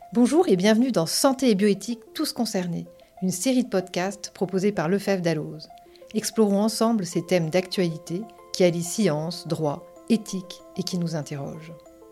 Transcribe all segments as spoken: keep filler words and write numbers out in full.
Bonjour et bienvenue dans Santé et bioéthique, tous concernés, une série de podcasts proposés par Lefebvre Dalloz. Explorons ensemble ces thèmes d'actualité qui allient science, droit, éthique et qui nous interrogent.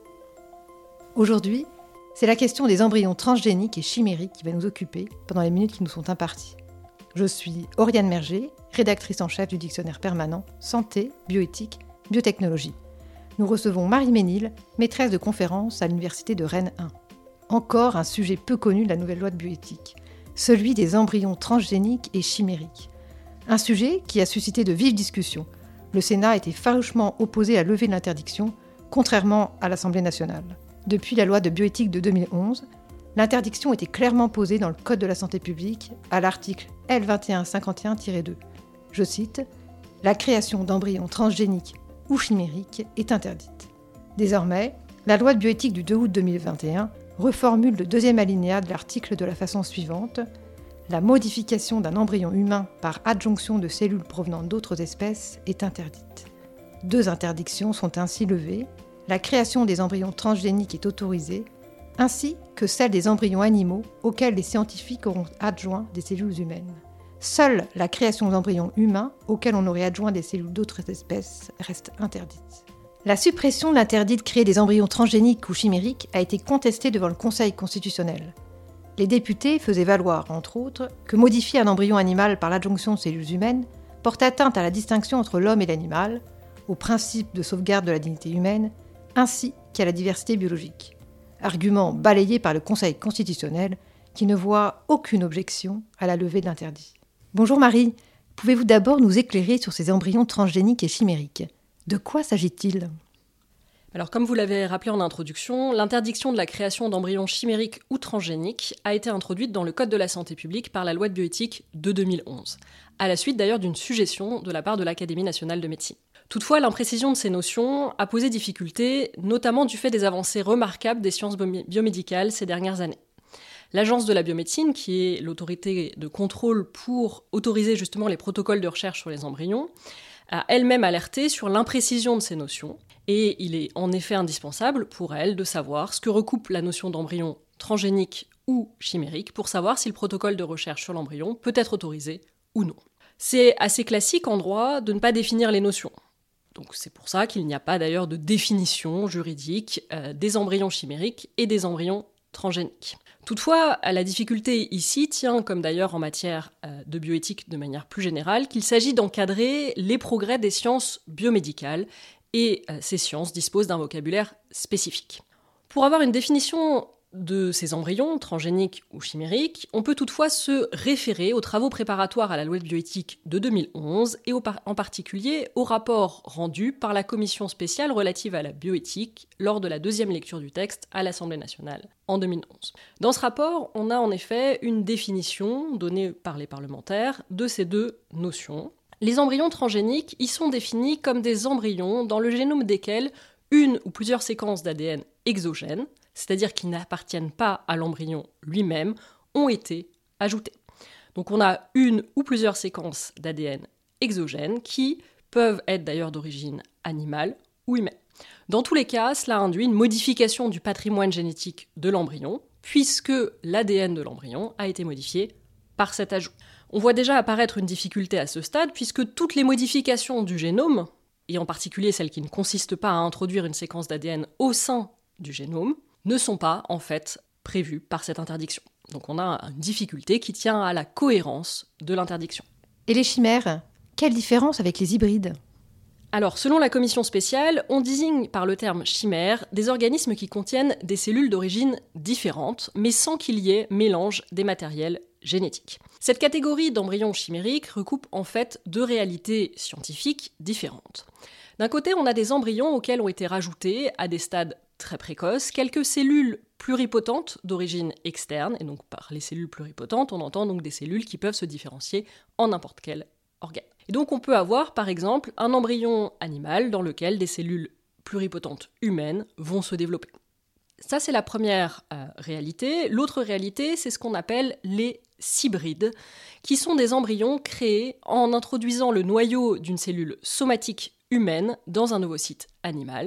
Aujourd'hui, c'est la question des embryons transgéniques et chimériques qui va nous occuper pendant les minutes qui nous sont imparties. Je suis Oriane Merger, rédactrice en chef du dictionnaire permanent Santé, bioéthique, biotechnologie. Nous recevons Marie Ménil, maîtresse de conférence à l'université de Rennes un. Encore un sujet peu connu de la nouvelle loi de bioéthique, celui des embryons transgéniques et chimériques. Un sujet qui a suscité de vives discussions. Le Sénat était farouchement opposé à la levée de l'interdiction, contrairement à l'Assemblée nationale. Depuis la loi de bioéthique de deux mille onze, l'interdiction était clairement posée dans le Code de la santé publique à l'article L vingt et un cinquante et un tiret deux. Je cite « La création d'embryons transgéniques ou chimériques est interdite ». Désormais, la loi de bioéthique du deux août deux mille vingt et un reformule le deuxième alinéa de l'article de la façon suivante. La modification d'un embryon humain par adjonction de cellules provenant d'autres espèces est interdite. Deux interdictions sont ainsi levées. La création des embryons transgéniques est autorisée, ainsi que celle des embryons animaux auxquels les scientifiques auront adjoint des cellules humaines. Seule la création d'embryons humains auxquels on aurait adjoint des cellules d'autres espèces reste interdite. La suppression de l'interdit de créer des embryons transgéniques ou chimériques a été contestée devant le Conseil constitutionnel. Les députés faisaient valoir, entre autres, que modifier un embryon animal par l'adjonction de cellules humaines porte atteinte à la distinction entre l'homme et l'animal, au principe de sauvegarde de la dignité humaine, ainsi qu'à la diversité biologique. Argument balayé par le Conseil constitutionnel qui ne voit aucune objection à la levée de l'interdit. Bonjour Marie, pouvez-vous d'abord nous éclairer sur ces embryons transgéniques et chimériques ? De quoi s'agit-il ? Alors, comme vous l'avez rappelé en introduction, l'interdiction de la création d'embryons chimériques ou transgéniques a été introduite dans le Code de la santé publique par la loi de bioéthique de deux mille onze, à la suite d'ailleurs d'une suggestion de la part de l'Académie nationale de médecine. Toutefois, l'imprécision de ces notions a posé difficulté, notamment du fait des avancées remarquables des sciences biomédicales ces dernières années. L'Agence de la biomédecine, qui est l'autorité de contrôle pour autoriser justement les protocoles de recherche sur les embryons, a elle-même alerté sur l'imprécision de ces notions, et il est en effet indispensable pour elle de savoir ce que recoupe la notion d'embryon transgénique ou chimérique pour savoir si le protocole de recherche sur l'embryon peut être autorisé ou non. C'est assez classique en droit de ne pas définir les notions. Donc c'est pour ça qu'il n'y a pas d'ailleurs de définition juridique euh, des embryons chimériques et des embryons transgéniques. Toutefois, la difficulté ici tient, comme d'ailleurs en matière euh, de bioéthique de manière plus générale, qu'il s'agit d'encadrer les progrès des sciences biomédicales et euh, ces sciences disposent d'un vocabulaire spécifique. Pour avoir une définition de ces embryons, transgéniques ou chimériques, on peut toutefois se référer aux travaux préparatoires à la loi de bioéthique de deux mille onze et au par- en particulier au rapport rendu par la commission spéciale relative à la bioéthique lors de la deuxième lecture du texte à l'Assemblée nationale en deux mille onze. Dans ce rapport, on a en effet une définition donnée par les parlementaires de ces deux notions. Les embryons transgéniques y sont définis comme des embryons dans le génome desquels une ou plusieurs séquences d'A D N exogènes, c'est-à-dire qui n'appartiennent pas à l'embryon lui-même, ont été ajoutées. Donc on a une ou plusieurs séquences d'A D N exogènes qui peuvent être d'ailleurs d'origine animale ou humaine. Dans tous les cas, cela induit une modification du patrimoine génétique de l'embryon, puisque l'A D N de l'embryon a été modifié par cet ajout. On voit déjà apparaître une difficulté à ce stade, puisque toutes les modifications du génome, et en particulier celles qui ne consistent pas à introduire une séquence d'A D N au sein du génome, ne sont pas, en fait, prévues par cette interdiction. Donc on a une difficulté qui tient à la cohérence de l'interdiction. Et les chimères ? Quelle différence avec les hybrides ? Alors, selon la commission spéciale, on désigne par le terme chimère des organismes qui contiennent des cellules d'origine différentes, mais sans qu'il y ait mélange des matériels génétiques. Cette catégorie d'embryons chimériques recoupe en fait deux réalités scientifiques différentes. D'un côté, on a des embryons auxquels ont été rajoutés, à des stades très précoces, quelques cellules pluripotentes d'origine externe, et donc par les cellules pluripotentes, on entend donc des cellules qui peuvent se différencier en n'importe quel organe. Et donc on peut avoir, par exemple, un embryon animal dans lequel des cellules pluripotentes humaines vont se développer. Ça, c'est la première euh, réalité. L'autre réalité, c'est ce qu'on appelle les cybrides, qui sont des embryons créés en introduisant le noyau d'une cellule somatique humaine dans un ovocyte animal,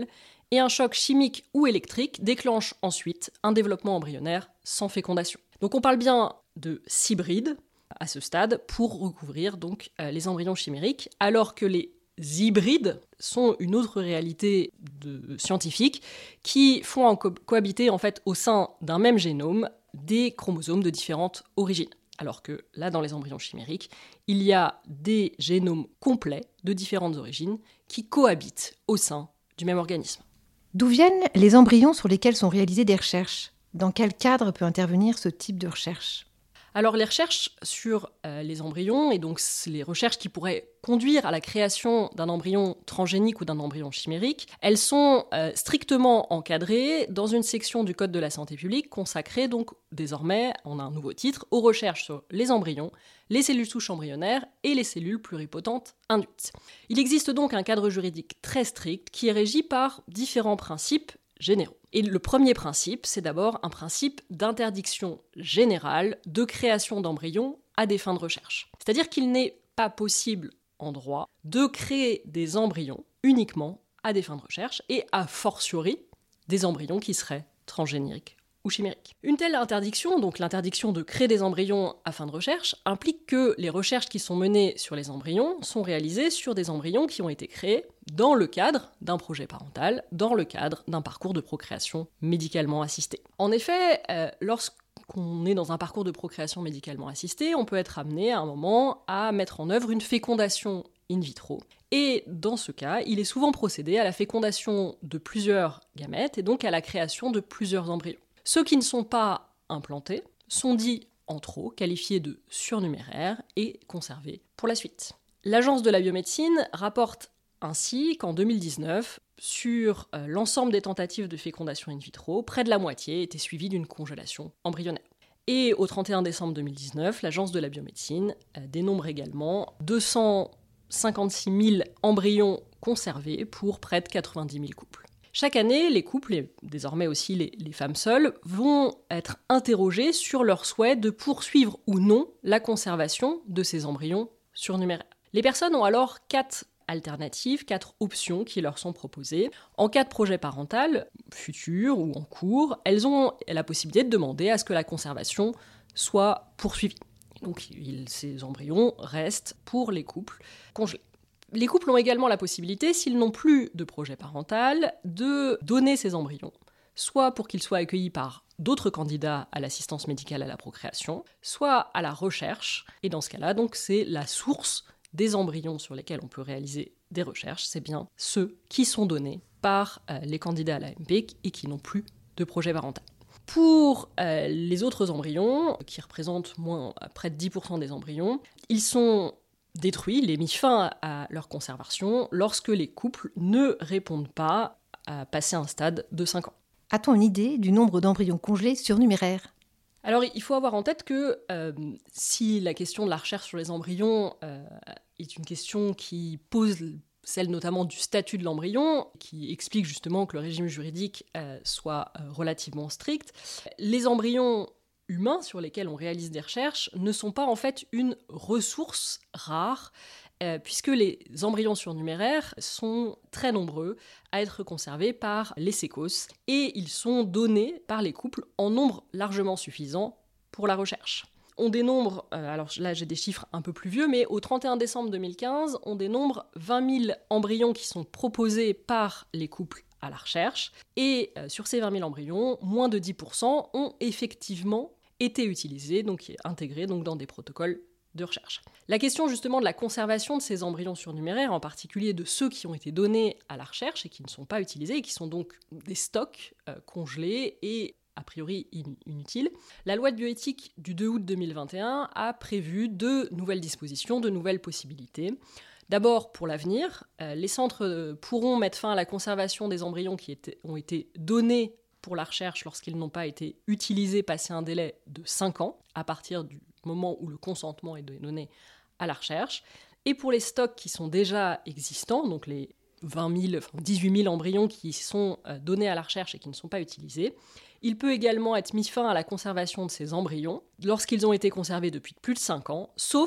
Et un choc chimique ou électrique déclenche ensuite un développement embryonnaire sans fécondation. Donc on parle bien de cybrides à ce stade pour recouvrir donc euh, les embryons chimériques, alors que les hybrides sont une autre réalité de, scientifique qui font en co- cohabiter en fait au sein d'un même génome des chromosomes de différentes origines. Alors que là, dans les embryons chimériques, il y a des génomes complets de différentes origines qui cohabitent au sein du même organisme. D'où viennent les embryons sur lesquels sont réalisées des recherches ? Dans quel cadre peut intervenir ce type de recherche ? Alors les recherches sur euh, les embryons, et donc les recherches qui pourraient conduire à la création d'un embryon transgénique ou d'un embryon chimérique, elles sont euh, strictement encadrées dans une section du Code de la santé publique consacrée donc désormais, on a un nouveau titre, aux recherches sur les embryons, les cellules souches embryonnaires et les cellules pluripotentes induites. Il existe donc un cadre juridique très strict qui est régi par différents principes généraux. Et le premier principe, c'est d'abord un principe d'interdiction générale de création d'embryons à des fins de recherche. C'est-à-dire qu'il n'est pas possible en droit de créer des embryons uniquement à des fins de recherche et a fortiori des embryons qui seraient transgéniques ou chimériques. Une telle interdiction, donc l'interdiction de créer des embryons à fin de recherche, implique que les recherches qui sont menées sur les embryons sont réalisées sur des embryons qui ont été créés dans le cadre d'un projet parental, dans le cadre d'un parcours de procréation médicalement assisté. En effet, euh, lorsqu'on est dans un parcours de procréation médicalement assisté, on peut être amené à un moment à mettre en œuvre une fécondation in vitro. Et dans ce cas, il est souvent procédé à la fécondation de plusieurs gamètes et donc à la création de plusieurs embryons. Ceux qui ne sont pas implantés sont dits en trop, qualifiés de surnuméraires et conservés pour la suite. L'Agence de la biomédecine rapporte ainsi qu'en deux mille dix-neuf, sur euh, l'ensemble des tentatives de fécondation in vitro, près de la moitié étaient suivies d'une congélation embryonnaire. Et au trente et un décembre deux mille dix-neuf, l'Agence de la biomédecine euh, dénombre également deux cent cinquante-six mille embryons conservés pour près de quatre-vingt-dix mille couples. Chaque année, les couples, et désormais aussi les, les femmes seules, vont être interrogés sur leur souhait de poursuivre ou non la conservation de ces embryons surnuméraires. Les personnes ont alors quatre alternatives, quatre options qui leur sont proposées. En cas de projet parental, futur ou en cours, elles ont la possibilité de demander à ce que la conservation soit poursuivie. Donc il, ces embryons restent pour les couples congelés. Les couples ont également la possibilité, s'ils n'ont plus de projet parental, de donner ces embryons, soit pour qu'ils soient accueillis par d'autres candidats à l'assistance médicale à la procréation, soit à la recherche. Et dans ce cas-là, donc, c'est la source des embryons sur lesquels on peut réaliser des recherches, c'est bien ceux qui sont donnés par euh, les candidats à l'A M P et qui n'ont plus de projet parental. Pour euh, les autres embryons, qui représentent moins, près de dix pour cent des embryons, ils sont détruits, il est mis fin à leur conservation lorsque les couples ne répondent pas à passer un stade de cinq ans. A-t-on une idée du nombre d'embryons congelés surnuméraires ? Alors, il faut avoir en tête que euh, si la question de la recherche sur les embryons euh, est une question qui pose celle notamment du statut de l'embryon, qui explique justement que le régime juridique euh, soit euh, relativement strict, les embryons humains sur lesquels on réalise des recherches ne sont pas en fait une ressource rare, euh, puisque les embryons surnuméraires sont très nombreux à être conservés par les sécos, et ils sont donnés par les couples en nombre largement suffisant pour la recherche. On dénombre, euh, alors là j'ai des chiffres un peu plus vieux, mais au trente et un décembre deux mille quinze, on dénombre vingt mille embryons qui sont proposés par les couples à la recherche, et euh, sur ces vingt mille embryons, moins de dix pour cent ont effectivement été utilisés, donc intégrés donc, dans des protocoles de recherche. La question justement de la conservation de ces embryons surnuméraires, en particulier de ceux qui ont été donnés à la recherche et qui ne sont pas utilisés, et qui sont donc des stocks euh, congelés et a priori in- inutiles, la loi de bioéthique du deux août deux mille vingt et un a prévu de nouvelles dispositions, de nouvelles possibilités. D'abord, pour l'avenir, euh, les centres euh, pourront mettre fin à la conservation des embryons qui étaient, ont été donnés pour la recherche lorsqu'ils n'ont pas été utilisés passé un délai de cinq ans, à partir du moment où le consentement est donné à la recherche. Et pour les stocks qui sont déjà existants, donc les vingt mille, enfin dix-huit mille embryons qui sont donnés à la recherche et qui ne sont pas utilisés, il peut également être mis fin à la conservation de ces embryons lorsqu'ils ont été conservés depuis plus de cinq ans, sauf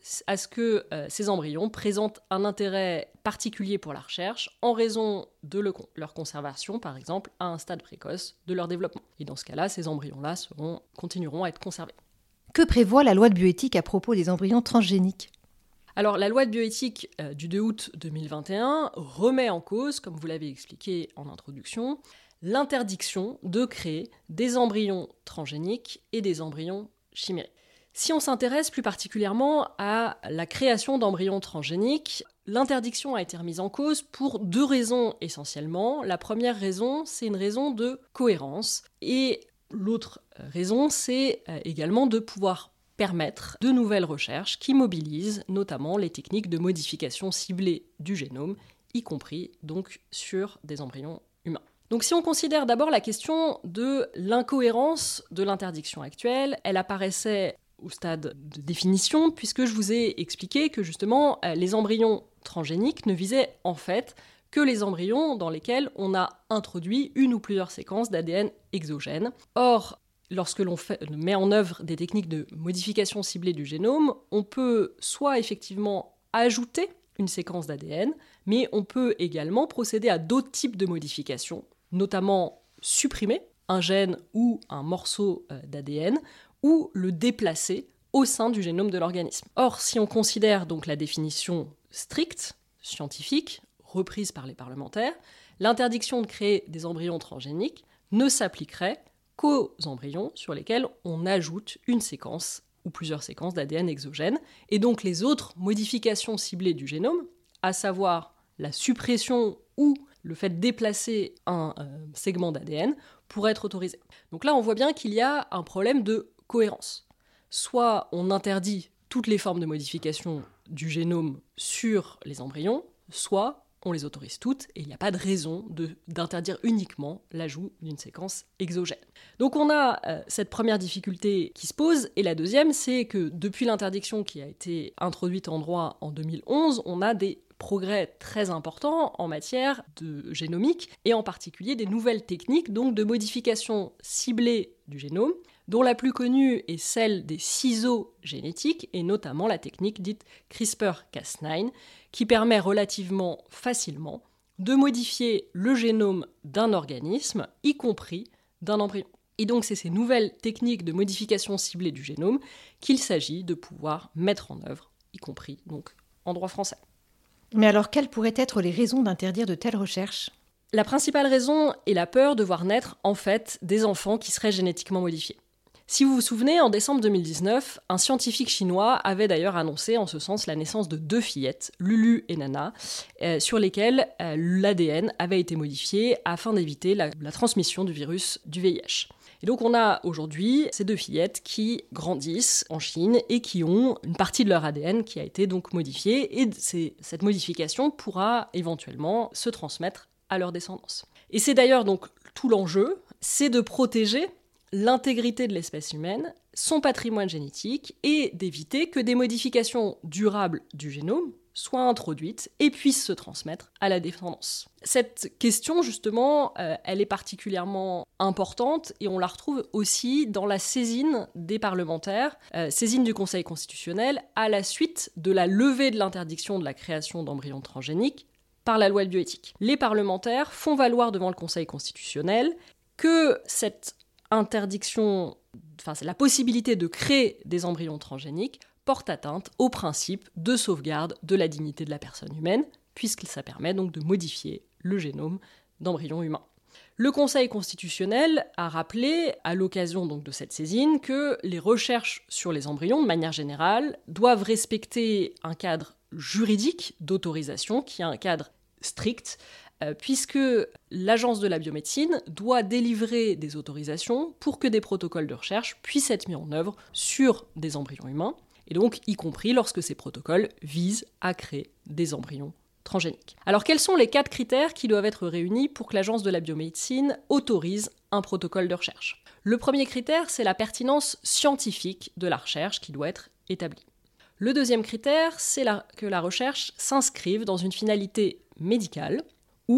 à ce que euh, ces embryons présentent un intérêt particulier pour la recherche en raison de le, leur conservation, par exemple, à un stade précoce de leur développement. Et dans ce cas-là, ces embryons-là seront, continueront à être conservés. Que prévoit la loi de bioéthique à propos des embryons transgéniques ? Alors, la loi de bioéthique euh, du deux août deux mille vingt et un remet en cause, comme vous l'avez expliqué en introduction, l'interdiction de créer des embryons transgéniques et des embryons chimériques. Si on s'intéresse plus particulièrement à la création d'embryons transgéniques, l'interdiction a été remise en cause pour deux raisons essentiellement. La première raison, c'est une raison de cohérence. Et l'autre raison, c'est également de pouvoir permettre de nouvelles recherches qui mobilisent notamment les techniques de modification ciblée du génome, y compris donc sur des embryons humains. Donc si on considère d'abord la question de l'incohérence de l'interdiction actuelle, elle apparaissait au stade de définition, puisque je vous ai expliqué que justement les embryons transgéniques ne visaient en fait que les embryons dans lesquels on a introduit une ou plusieurs séquences d'A D N exogènes. Or, lorsque l'on fait, met en œuvre des techniques de modification ciblée du génome, on peut soit effectivement ajouter une séquence d'A D N, mais on peut également procéder à d'autres types de modifications, notamment supprimer un gène ou un morceau d'A D N, ou le déplacer au sein du génome de l'organisme. Or, si on considère donc la définition stricte, scientifique, reprise par les parlementaires, l'interdiction de créer des embryons transgéniques ne s'appliquerait qu'aux embryons sur lesquels on ajoute une séquence ou plusieurs séquences d'A D N exogènes, et donc les autres modifications ciblées du génome, à savoir la suppression ou le fait de déplacer un euh, segment d'A D N, pourraient être autorisées. Donc là, on voit bien qu'il y a un problème de cohérence. Soit on interdit toutes les formes de modification du génome sur les embryons, soit on les autorise toutes et il n'y a pas de raison de, d'interdire uniquement l'ajout d'une séquence exogène. Donc on a euh, cette première difficulté qui se pose, et la deuxième, c'est que depuis l'interdiction qui a été introduite en droit en deux mille onze, on a des progrès très importants en matière de génomique, et en particulier des nouvelles techniques donc de modification ciblée du génome, dont la plus connue est celle des ciseaux génétiques, et notamment la technique dite CRISPR Cas neuf, qui permet relativement facilement de modifier le génome d'un organisme, y compris d'un embryon. Et donc c'est ces nouvelles techniques de modification ciblée du génome qu'il s'agit de pouvoir mettre en œuvre, y compris donc en droit français. Mais alors, quelles pourraient être les raisons d'interdire de telles recherches ? La principale raison est la peur de voir naître, en fait, des enfants qui seraient génétiquement modifiés. Si vous vous souvenez, en décembre deux mille dix-neuf, un scientifique chinois avait d'ailleurs annoncé en ce sens la naissance de deux fillettes, Lulu et Nana, euh, sur lesquelles euh, l'A D N avait été modifié afin d'éviter la, la transmission du virus du V I H. Et donc on a aujourd'hui ces deux fillettes qui grandissent en Chine et qui ont une partie de leur A D N qui a été donc modifiée, et c'est, cette modification pourra éventuellement se transmettre à leur descendance. Et c'est d'ailleurs donc tout l'enjeu, c'est de protéger l'intégrité de l'espèce humaine, son patrimoine génétique, et d'éviter que des modifications durables du génome soient introduites et puissent se transmettre à la descendance. Cette question, justement, euh, elle est particulièrement importante, et on la retrouve aussi dans la saisine des parlementaires, euh, saisine du Conseil constitutionnel, à la suite de la levée de l'interdiction de la création d'embryons transgéniques par la loi de bioéthique. Les parlementaires font valoir devant le Conseil constitutionnel que cette interdiction, enfin c'est la possibilité de créer des embryons transgéniques porte atteinte au principe de sauvegarde de la dignité de la personne humaine, puisque ça permet donc de modifier le génome d'embryons humains. Le Conseil constitutionnel a rappelé, à l'occasion donc de cette saisine, que les recherches sur les embryons, de manière générale, doivent respecter un cadre juridique d'autorisation, qui est un cadre strict, euh, puisque l'Agence de la biomédecine doit délivrer des autorisations pour que des protocoles de recherche puissent être mis en œuvre sur des embryons humains, et donc y compris lorsque ces protocoles visent à créer des embryons transgéniques. Alors quels sont les quatre critères qui doivent être réunis pour que l'Agence de la biomédecine autorise un protocole de recherche ? Le premier critère, c'est la pertinence scientifique de la recherche qui doit être établie. Le deuxième critère, c'est la, que la recherche s'inscrive dans une finalité médicale ou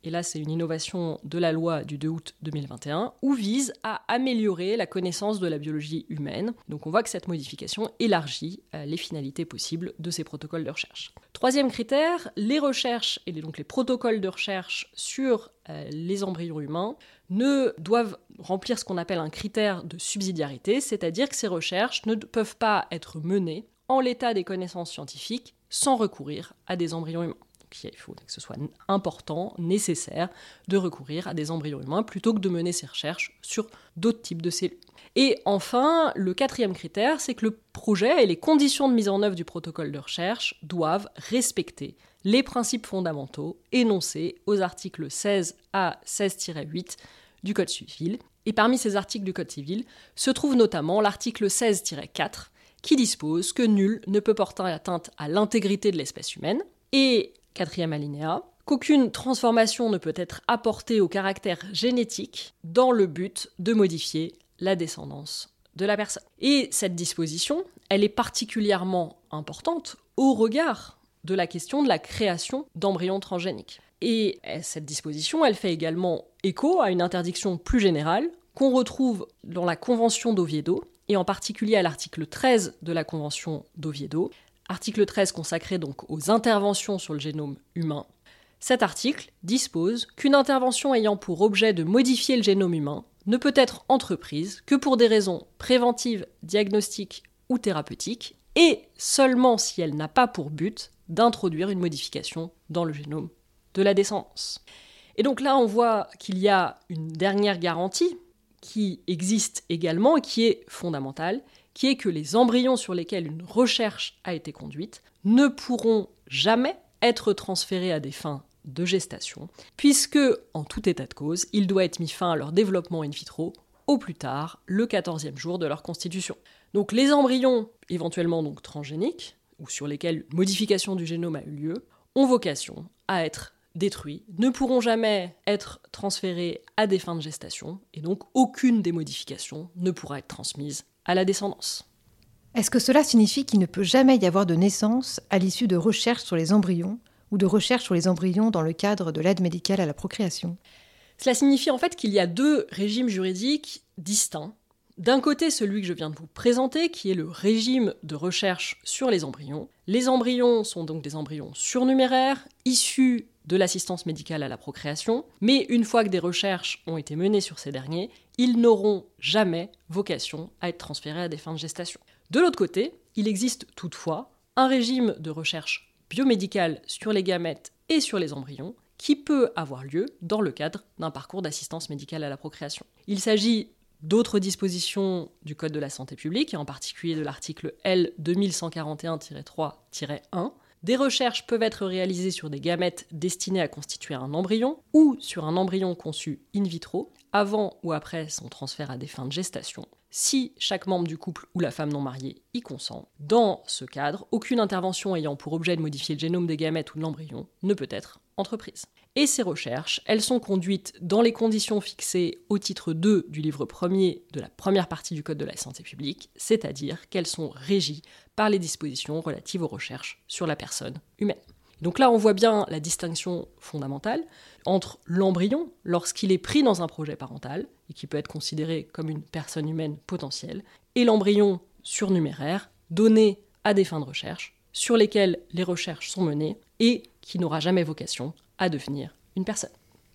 et là c'est une innovation de la loi du deux août deux mille vingt et un, ou vise à améliorer la connaissance de la biologie humaine. Donc on voit que cette modification élargit euh, les finalités possibles de ces protocoles de recherche. Troisième critère, les recherches et donc les protocoles de recherche sur euh, les embryons humains ne doivent remplir ce qu'on appelle un critère de subsidiarité, c'est-à-dire que ces recherches ne peuvent pas être menées en l'état des connaissances scientifiques sans recourir à des embryons humains. Donc il faut que ce soit important, nécessaire de recourir à des embryons humains plutôt que de mener ces recherches sur d'autres types de cellules. Et enfin, le quatrième critère, c'est que le projet et les conditions de mise en œuvre du protocole de recherche doivent respecter les principes fondamentaux énoncés aux articles seize à seize tiret huit du Code civil. Et parmi ces articles du Code civil se trouve notamment l'article seize tiret quatre qui dispose que nul ne peut porter atteinte à l'intégrité de l'espèce humaine. Et quatrième alinéa, qu'aucune transformation ne peut être apportée au caractère génétique dans le but de modifier la descendance de la personne. Et cette disposition, elle est particulièrement importante au regard de la question de la création d'embryons transgéniques. Et cette disposition, elle fait également écho à une interdiction plus générale qu'on retrouve dans la Convention d'Oviedo, et en particulier à l'article treize de la Convention d'Oviedo, article treize consacré donc aux interventions sur le génome humain. Cet article dispose qu'une intervention ayant pour objet de modifier le génome humain ne peut être entreprise que pour des raisons préventives, diagnostiques ou thérapeutiques, et seulement si elle n'a pas pour but d'introduire une modification dans le génome de la descendance. Et donc là, on voit qu'il y a une dernière garantie qui existe également et qui est fondamentale, qui est que les embryons sur lesquels une recherche a été conduite ne pourront jamais être transférés à des fins de gestation, puisque, en tout état de cause, il doit être mis fin à leur développement in vitro au plus tard le quatorzième jour de leur constitution. Donc les embryons, éventuellement donc transgéniques, ou sur lesquels une modification du génome a eu lieu, ont vocation à être détruits, ne pourront jamais être transférés à des fins de gestation, et donc aucune des modifications ne pourra être transmise à la descendance. Est-ce que cela signifie qu'il ne peut jamais y avoir de naissance à l'issue de recherches sur les embryons ou de recherches sur les embryons dans le cadre de l'aide médicale à la procréation ? Cela signifie en fait qu'il y a deux régimes juridiques distincts. D'un côté, celui que je viens de vous présenter, qui est le régime de recherche sur les embryons. Les embryons sont donc des embryons surnuméraires, issus de l'assistance médicale à la procréation, mais une fois que des recherches ont été menées sur ces derniers, ils n'auront jamais vocation à être transférés à des fins de gestation. De l'autre côté, il existe toutefois un régime de recherche biomédicale sur les gamètes et sur les embryons qui peut avoir lieu dans le cadre d'un parcours d'assistance médicale à la procréation. Il s'agit d'autres dispositions du Code de la santé publique, et en particulier de l'article L deux mille cent quarante et un tiret trois tiret un. Des recherches peuvent être réalisées sur des gamètes destinés à constituer un embryon ou sur un embryon conçu in vitro, avant ou après son transfert à des fins de gestation, si chaque membre du couple ou la femme non mariée y consent. Dans ce cadre, aucune intervention ayant pour objet de modifier le génome des gamètes ou de l'embryon ne peut être entreprise. Et ces recherches, elles sont conduites dans les conditions fixées au titre deux du livre premier de la première partie du Code de la santé publique, c'est-à-dire qu'elles sont régies par les dispositions relatives aux recherches sur la personne humaine. Donc là, on voit bien la distinction fondamentale entre l'embryon, lorsqu'il est pris dans un projet parental, et qui peut être considéré comme une personne humaine potentielle, et l'embryon surnuméraire, donné à des fins de recherche, sur lesquelles les recherches sont menées, et qui n'aura jamais vocation à devenir une personne.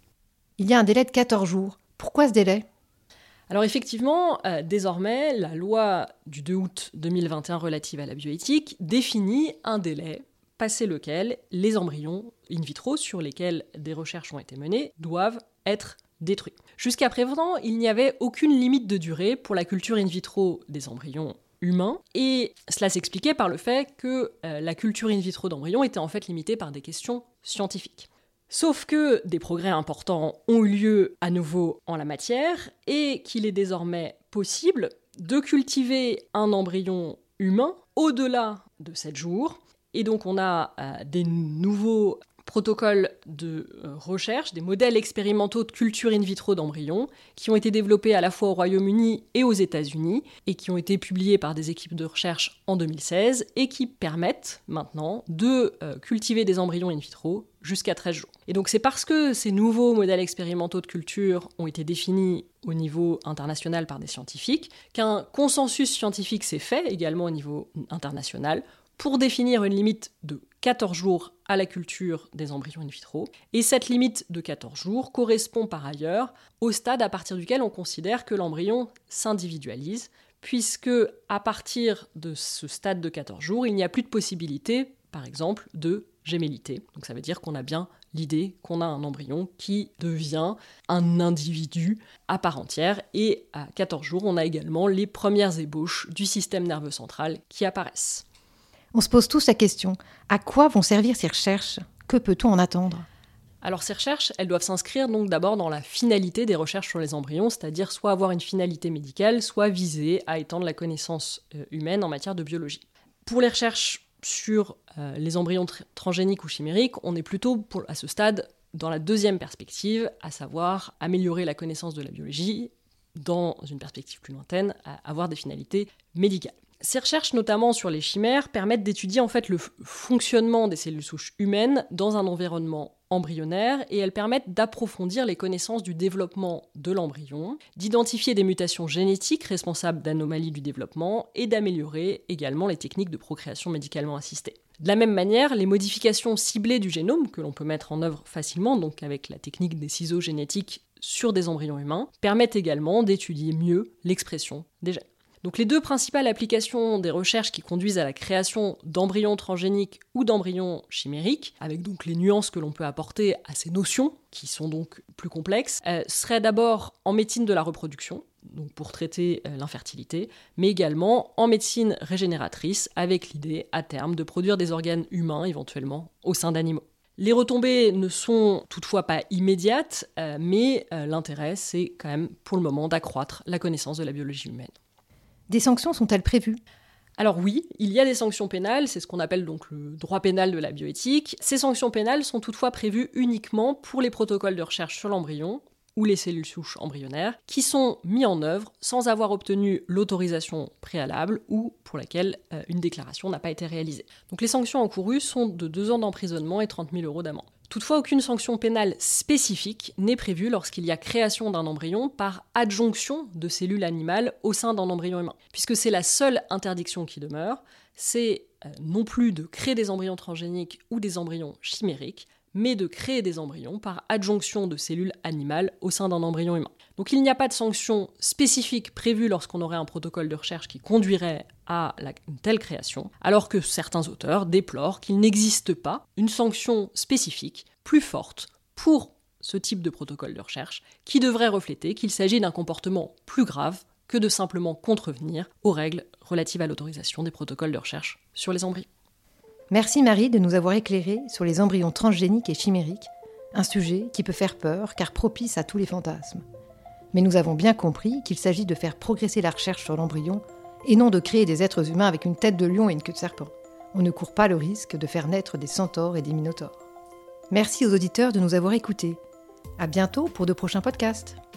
Il y a un délai de quatorze jours. Pourquoi ce délai ? Alors effectivement, euh, désormais, la loi du deux août deux mille vingt et un relative à la bioéthique définit un délai passé lequel les embryons in vitro sur lesquels des recherches ont été menées doivent être détruits. Jusqu'à présent, il n'y avait aucune limite de durée pour la culture in vitro des embryons humains, et cela s'expliquait par le fait que euh, la culture in vitro d'embryons était en fait limitée par des questions scientifiques. Sauf que des progrès importants ont eu lieu à nouveau en la matière, et qu'il est désormais possible de cultiver un embryon humain au-delà de sept jours. Et donc on a euh, des nouveaux Protocole de euh, recherche, des modèles expérimentaux de culture in vitro d'embryons qui ont été développés à la fois au Royaume-Uni et aux États-Unis et qui ont été publiés par des équipes de recherche en deux mille seize et qui permettent maintenant de euh, cultiver des embryons in vitro jusqu'à treize jours. Et donc c'est parce que ces nouveaux modèles expérimentaux de culture ont été définis au niveau international par des scientifiques qu'un consensus scientifique s'est fait également au niveau international pour définir une limite de quatorze jours à la culture des embryons in vitro. Et cette limite de quatorze jours correspond par ailleurs au stade à partir duquel on considère que l'embryon s'individualise, puisque à partir de ce stade de quatorze jours, il n'y a plus de possibilité, par exemple, de gémellité. Donc ça veut dire qu'on a bien l'idée qu'on a un embryon qui devient un individu à part entière. Et à quatorze jours, on a également les premières ébauches du système nerveux central qui apparaissent. On se pose tous la question, à quoi vont servir ces recherches ? Que peut-on en attendre ? Alors ces recherches, elles doivent s'inscrire donc d'abord dans la finalité des recherches sur les embryons, c'est-à-dire soit avoir une finalité médicale, soit viser à étendre la connaissance euh, humaine en matière de biologie. Pour les recherches sur euh, les embryons tr- transgéniques ou chimériques, on est plutôt pour, à ce stade dans la deuxième perspective, à savoir améliorer la connaissance de la biologie dans une perspective plus lointaine, à avoir des finalités médicales. Ces recherches, notamment sur les chimères, permettent d'étudier en fait le f- fonctionnement des cellules souches humaines dans un environnement embryonnaire et elles permettent d'approfondir les connaissances du développement de l'embryon, d'identifier des mutations génétiques responsables d'anomalies du développement et d'améliorer également les techniques de procréation médicalement assistée. De la même manière, les modifications ciblées du génome, que l'on peut mettre en œuvre facilement, donc avec la technique des ciseaux génétiques sur des embryons humains, permettent également d'étudier mieux l'expression des gènes. Donc les deux principales applications des recherches qui conduisent à la création d'embryons transgéniques ou d'embryons chimériques, avec donc les nuances que l'on peut apporter à ces notions, qui sont donc plus complexes, euh, seraient d'abord en médecine de la reproduction, donc pour traiter euh, l'infertilité, mais également en médecine régénératrice, avec l'idée à terme de produire des organes humains éventuellement au sein d'animaux. Les retombées ne sont toutefois pas immédiates, euh, mais euh, l'intérêt c'est quand même pour le moment d'accroître la connaissance de la biologie humaine. Des sanctions sont-elles prévues ? Alors oui, il y a des sanctions pénales, c'est ce qu'on appelle donc le droit pénal de la bioéthique. Ces sanctions pénales sont toutefois prévues uniquement pour les protocoles de recherche sur l'embryon ou les cellules souches embryonnaires qui sont mis en œuvre sans avoir obtenu l'autorisation préalable ou pour laquelle euh, une déclaration n'a pas été réalisée. Donc les sanctions encourues sont de deux ans d'emprisonnement et trente mille euros d'amende. Toutefois, aucune sanction pénale spécifique n'est prévue lorsqu'il y a création d'un embryon par adjonction de cellules animales au sein d'un embryon humain. Puisque c'est la seule interdiction qui demeure, c'est euh, non plus de créer des embryons transgéniques ou des embryons chimériques, mais de créer des embryons par adjonction de cellules animales au sein d'un embryon humain. Donc il n'y a pas de sanction spécifique prévue lorsqu'on aurait un protocole de recherche qui conduirait à la, une telle création, alors que certains auteurs déplorent qu'il n'existe pas une sanction spécifique plus forte pour ce type de protocole de recherche qui devrait refléter qu'il s'agit d'un comportement plus grave que de simplement contrevenir aux règles relatives à l'autorisation des protocoles de recherche sur les embryons. Merci Marie de nous avoir éclairé sur les embryons transgéniques et chimériques, un sujet qui peut faire peur car propice à tous les fantasmes. Mais nous avons bien compris qu'il s'agit de faire progresser la recherche sur l'embryon et non de créer des êtres humains avec une tête de lion et une queue de serpent. On ne court pas le risque de faire naître des centaures et des minotaures. Merci aux auditeurs de nous avoir écoutés. À bientôt pour de prochains podcasts.